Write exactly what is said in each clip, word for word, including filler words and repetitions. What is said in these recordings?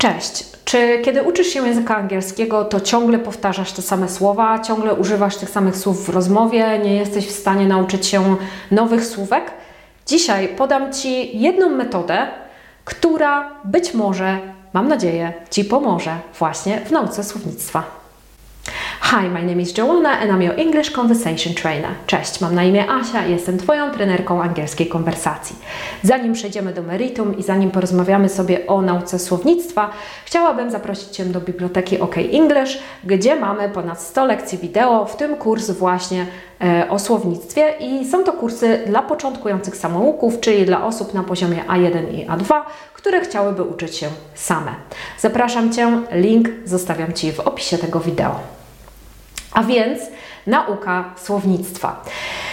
Cześć! Czy kiedy uczysz się języka angielskiego, to ciągle powtarzasz te same słowa, ciągle używasz tych samych słów w rozmowie, nie jesteś w stanie nauczyć się nowych słówek? Dzisiaj podam Ci jedną metodę, która być może, mam nadzieję, Ci pomoże właśnie w nauce słownictwa. Hi, my name is Joanna and I'm your English Conversation Trainer. Cześć, mam na imię Asia i jestem Twoją trenerką angielskiej konwersacji. Zanim przejdziemy do meritum i zanim porozmawiamy sobie o nauce słownictwa, chciałabym zaprosić Cię do biblioteki OK English, gdzie mamy ponad sto lekcji wideo, w tym kurs właśnie e, o słownictwie i są to kursy dla początkujących samouków, czyli dla osób na poziomie A jeden i A dwa, które chciałyby uczyć się same. Zapraszam Cię, link zostawiam Ci w opisie tego wideo. A więc nauka słownictwa.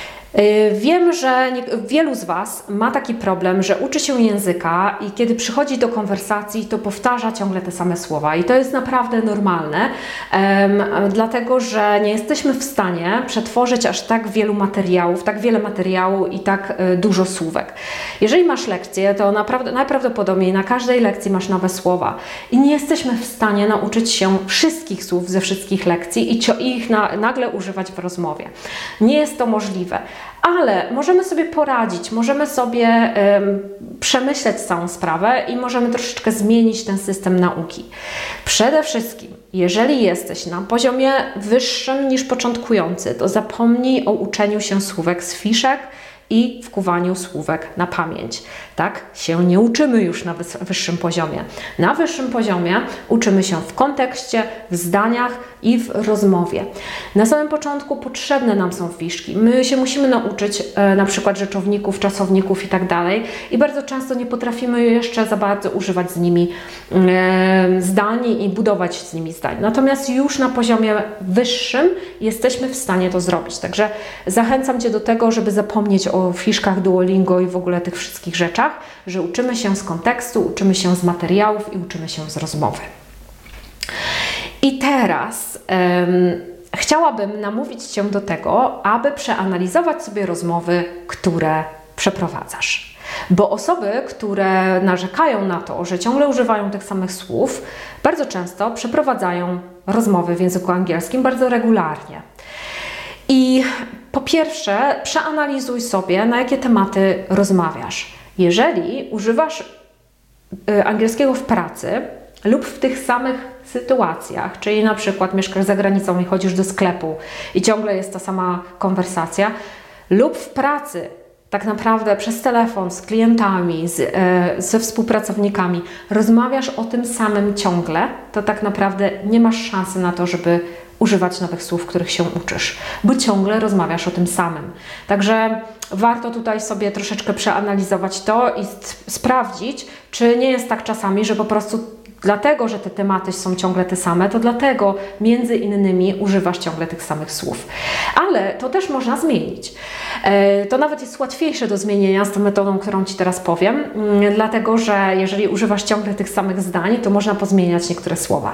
Wiem, że nie, wielu z Was ma taki problem, że uczy się języka i kiedy przychodzi do konwersacji, to powtarza ciągle te same słowa. I to jest naprawdę normalne, um, dlatego że nie jesteśmy w stanie przetworzyć aż tak wielu materiałów, tak wiele materiału i tak y, dużo słówek. Jeżeli masz lekcję, to naprawdę, najprawdopodobniej na każdej lekcji masz nowe słowa. I nie jesteśmy w stanie nauczyć się wszystkich słów ze wszystkich lekcji i, i ich na, nagle używać w rozmowie. Nie jest to możliwe. Ale możemy sobie poradzić, możemy sobie um, przemyśleć całą sprawę i możemy troszeczkę zmienić ten system nauki. Przede wszystkim, jeżeli jesteś na poziomie wyższym niż początkujący, to zapomnij o uczeniu się słówek z fiszek i wkuwaniu słówek na pamięć. Tak się nie uczymy już na wyższym poziomie. Na wyższym poziomie uczymy się w kontekście, w zdaniach i w rozmowie. Na samym początku potrzebne nam są fiszki. My się musimy nauczyć e, na przykład rzeczowników, czasowników i tak dalej i bardzo często nie potrafimy jeszcze za bardzo używać z nimi e, zdań i budować z nimi zdań. Natomiast już na poziomie wyższym jesteśmy w stanie to zrobić. Także zachęcam Cię do tego, żeby zapomnieć o fiszkach Duolingo i w ogóle tych wszystkich rzeczach, że uczymy się z kontekstu, uczymy się z materiałów i uczymy się z rozmowy. I teraz um, chciałabym namówić Cię do tego, aby przeanalizować sobie rozmowy, które przeprowadzasz. Bo osoby, które narzekają na to, że ciągle używają tych samych słów, bardzo często przeprowadzają rozmowy w języku angielskim bardzo regularnie. I po pierwsze, przeanalizuj sobie, na jakie tematy rozmawiasz. Jeżeli używasz y, angielskiego w pracy lub w tych samych sytuacjach, czyli na przykład mieszkasz za granicą i chodzisz do sklepu i ciągle jest ta sama konwersacja, lub w pracy tak naprawdę przez telefon z klientami, z, e, ze współpracownikami rozmawiasz o tym samym ciągle, to tak naprawdę nie masz szansy na to, żeby używać nowych słów, których się uczysz, bo ciągle rozmawiasz o tym samym. Także warto tutaj sobie troszeczkę przeanalizować to i sprawdzić, czy nie jest tak czasami, że po prostu dlatego, że te tematy są ciągle te same, to dlatego między innymi używasz ciągle tych samych słów. Ale to też można zmienić. To nawet jest łatwiejsze do zmienienia z tą metodą, którą Ci teraz powiem, dlatego że jeżeli używasz ciągle tych samych zdań, to można pozmieniać niektóre słowa.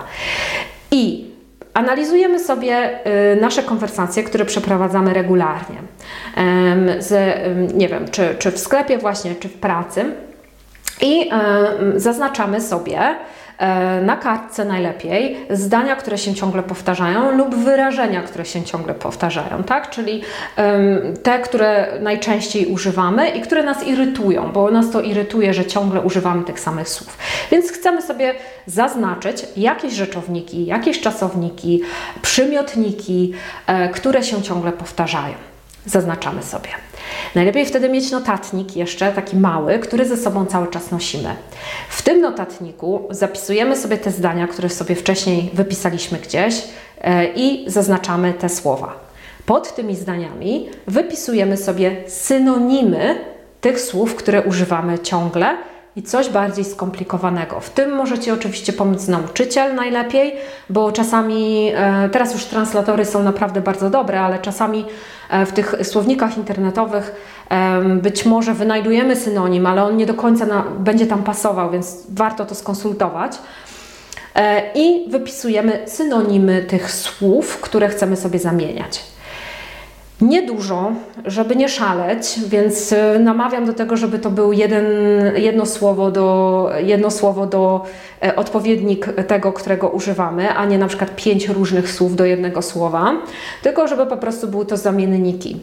I analizujemy sobie y, nasze konwersacje, które przeprowadzamy regularnie. Ym, z, ym, nie wiem, czy, czy w sklepie właśnie, czy w pracy. I y, zaznaczamy sobie y, na kartce najlepiej zdania, które się ciągle powtarzają lub wyrażenia, które się ciągle powtarzają, tak? Czyli y, te, które najczęściej używamy i które nas irytują, bo nas to irytuje, że ciągle używamy tych samych słów. Więc chcemy sobie zaznaczyć jakieś rzeczowniki, jakieś czasowniki, przymiotniki, y, które się ciągle powtarzają. Zaznaczamy sobie. Najlepiej wtedy mieć notatnik jeszcze taki mały, który ze sobą cały czas nosimy. W tym notatniku zapisujemy sobie te zdania, które sobie wcześniej wypisaliśmy gdzieś yy, i zaznaczamy te słowa. Pod tymi zdaniami wypisujemy sobie synonimy tych słów, które używamy ciągle i coś bardziej skomplikowanego. W tym może Ci oczywiście pomóc nauczyciel najlepiej, bo czasami, e, teraz już translatory są naprawdę bardzo dobre, ale czasami e, w tych słownikach internetowych e, być może wynajdujemy synonim, ale on nie do końca na, będzie tam pasował, więc warto to skonsultować. E, I wypisujemy synonimy tych słów, które chcemy sobie zamieniać. Niedużo, żeby nie szaleć, więc namawiam do tego, żeby to był jeden, jedno słowo do, jedno słowo do e, odpowiednik tego, którego używamy, a nie na przykład pięć różnych słów do jednego słowa, tylko żeby po prostu były to zamienniki.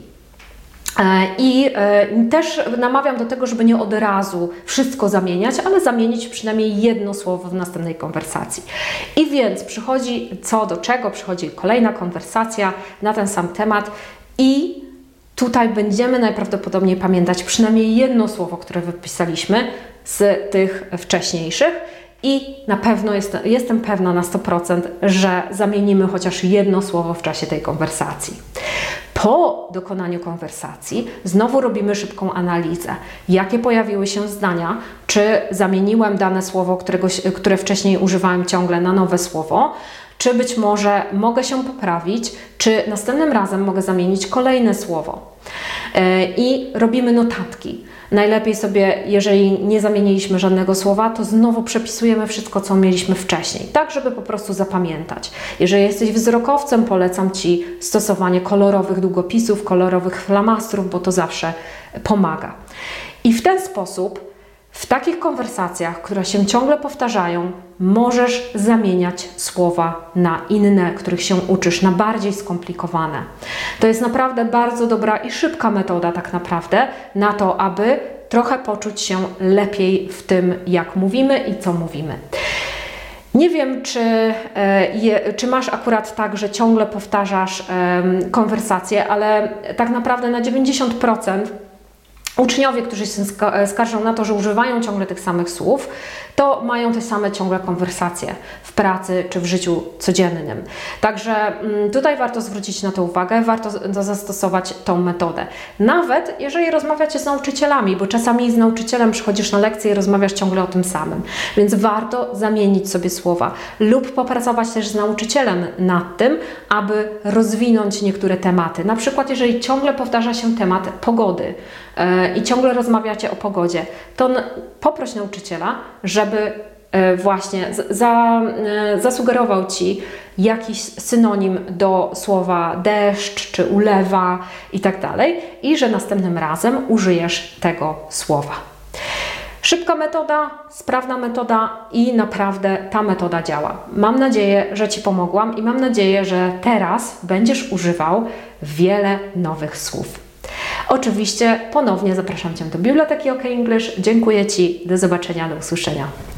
I też namawiam do tego, żeby nie od razu wszystko zamieniać, ale zamienić przynajmniej jedno słowo w następnej konwersacji. I więc przychodzi co do czego, przychodzi kolejna konwersacja na ten sam temat i tutaj będziemy najprawdopodobniej pamiętać przynajmniej jedno słowo, które wypisaliśmy z tych wcześniejszych. I na pewno jest, jestem pewna na sto procent, że zamienimy chociaż jedno słowo w czasie tej konwersacji. Po dokonaniu konwersacji znowu robimy szybką analizę. Jakie pojawiły się zdania? Czy zamieniłem dane słowo, którego, które wcześniej używałem ciągle, na nowe słowo? Czy być może mogę się poprawić? Czy następnym razem mogę zamienić kolejne słowo? I robimy notatki. Najlepiej sobie, jeżeli nie zamieniliśmy żadnego słowa, to znowu przepisujemy wszystko, co mieliśmy wcześniej, tak żeby po prostu zapamiętać. Jeżeli jesteś wzrokowcem, polecam Ci stosowanie kolorowych długopisów, kolorowych flamastrów, bo to zawsze pomaga. I w ten sposób, w takich konwersacjach, które się ciągle powtarzają, możesz zamieniać słowa na inne, których się uczysz, na bardziej skomplikowane. To jest naprawdę bardzo dobra i szybka metoda tak naprawdę na to, aby trochę poczuć się lepiej w tym, jak mówimy i co mówimy. Nie wiem, czy, je, czy masz akurat tak, że ciągle powtarzasz um, konwersacje, ale tak naprawdę na dziewięćdziesiąt procent uczniowie, którzy się skarżą na to, że używają ciągle tych samych słów, to mają te same ciągle konwersacje w pracy czy w życiu codziennym. Także tutaj warto zwrócić na to uwagę, warto zastosować tą metodę. Nawet jeżeli rozmawiacie z nauczycielami, bo czasami z nauczycielem przychodzisz na lekcję i rozmawiasz ciągle o tym samym. Więc warto zamienić sobie słowa lub popracować też z nauczycielem nad tym, aby rozwinąć niektóre tematy. Na przykład jeżeli ciągle powtarza się temat pogody, i ciągle rozmawiacie o pogodzie, to poproś nauczyciela, żeby właśnie za, zasugerował Ci jakiś synonim do słowa deszcz czy ulewa i tak dalej i że następnym razem użyjesz tego słowa. Szybka metoda, sprawna metoda i naprawdę ta metoda działa. Mam nadzieję, że Ci pomogłam i mam nadzieję, że teraz będziesz używał wiele nowych słów. Oczywiście ponownie zapraszam Cię do Biblioteki OK English. Dziękuję Ci. Do zobaczenia, do usłyszenia.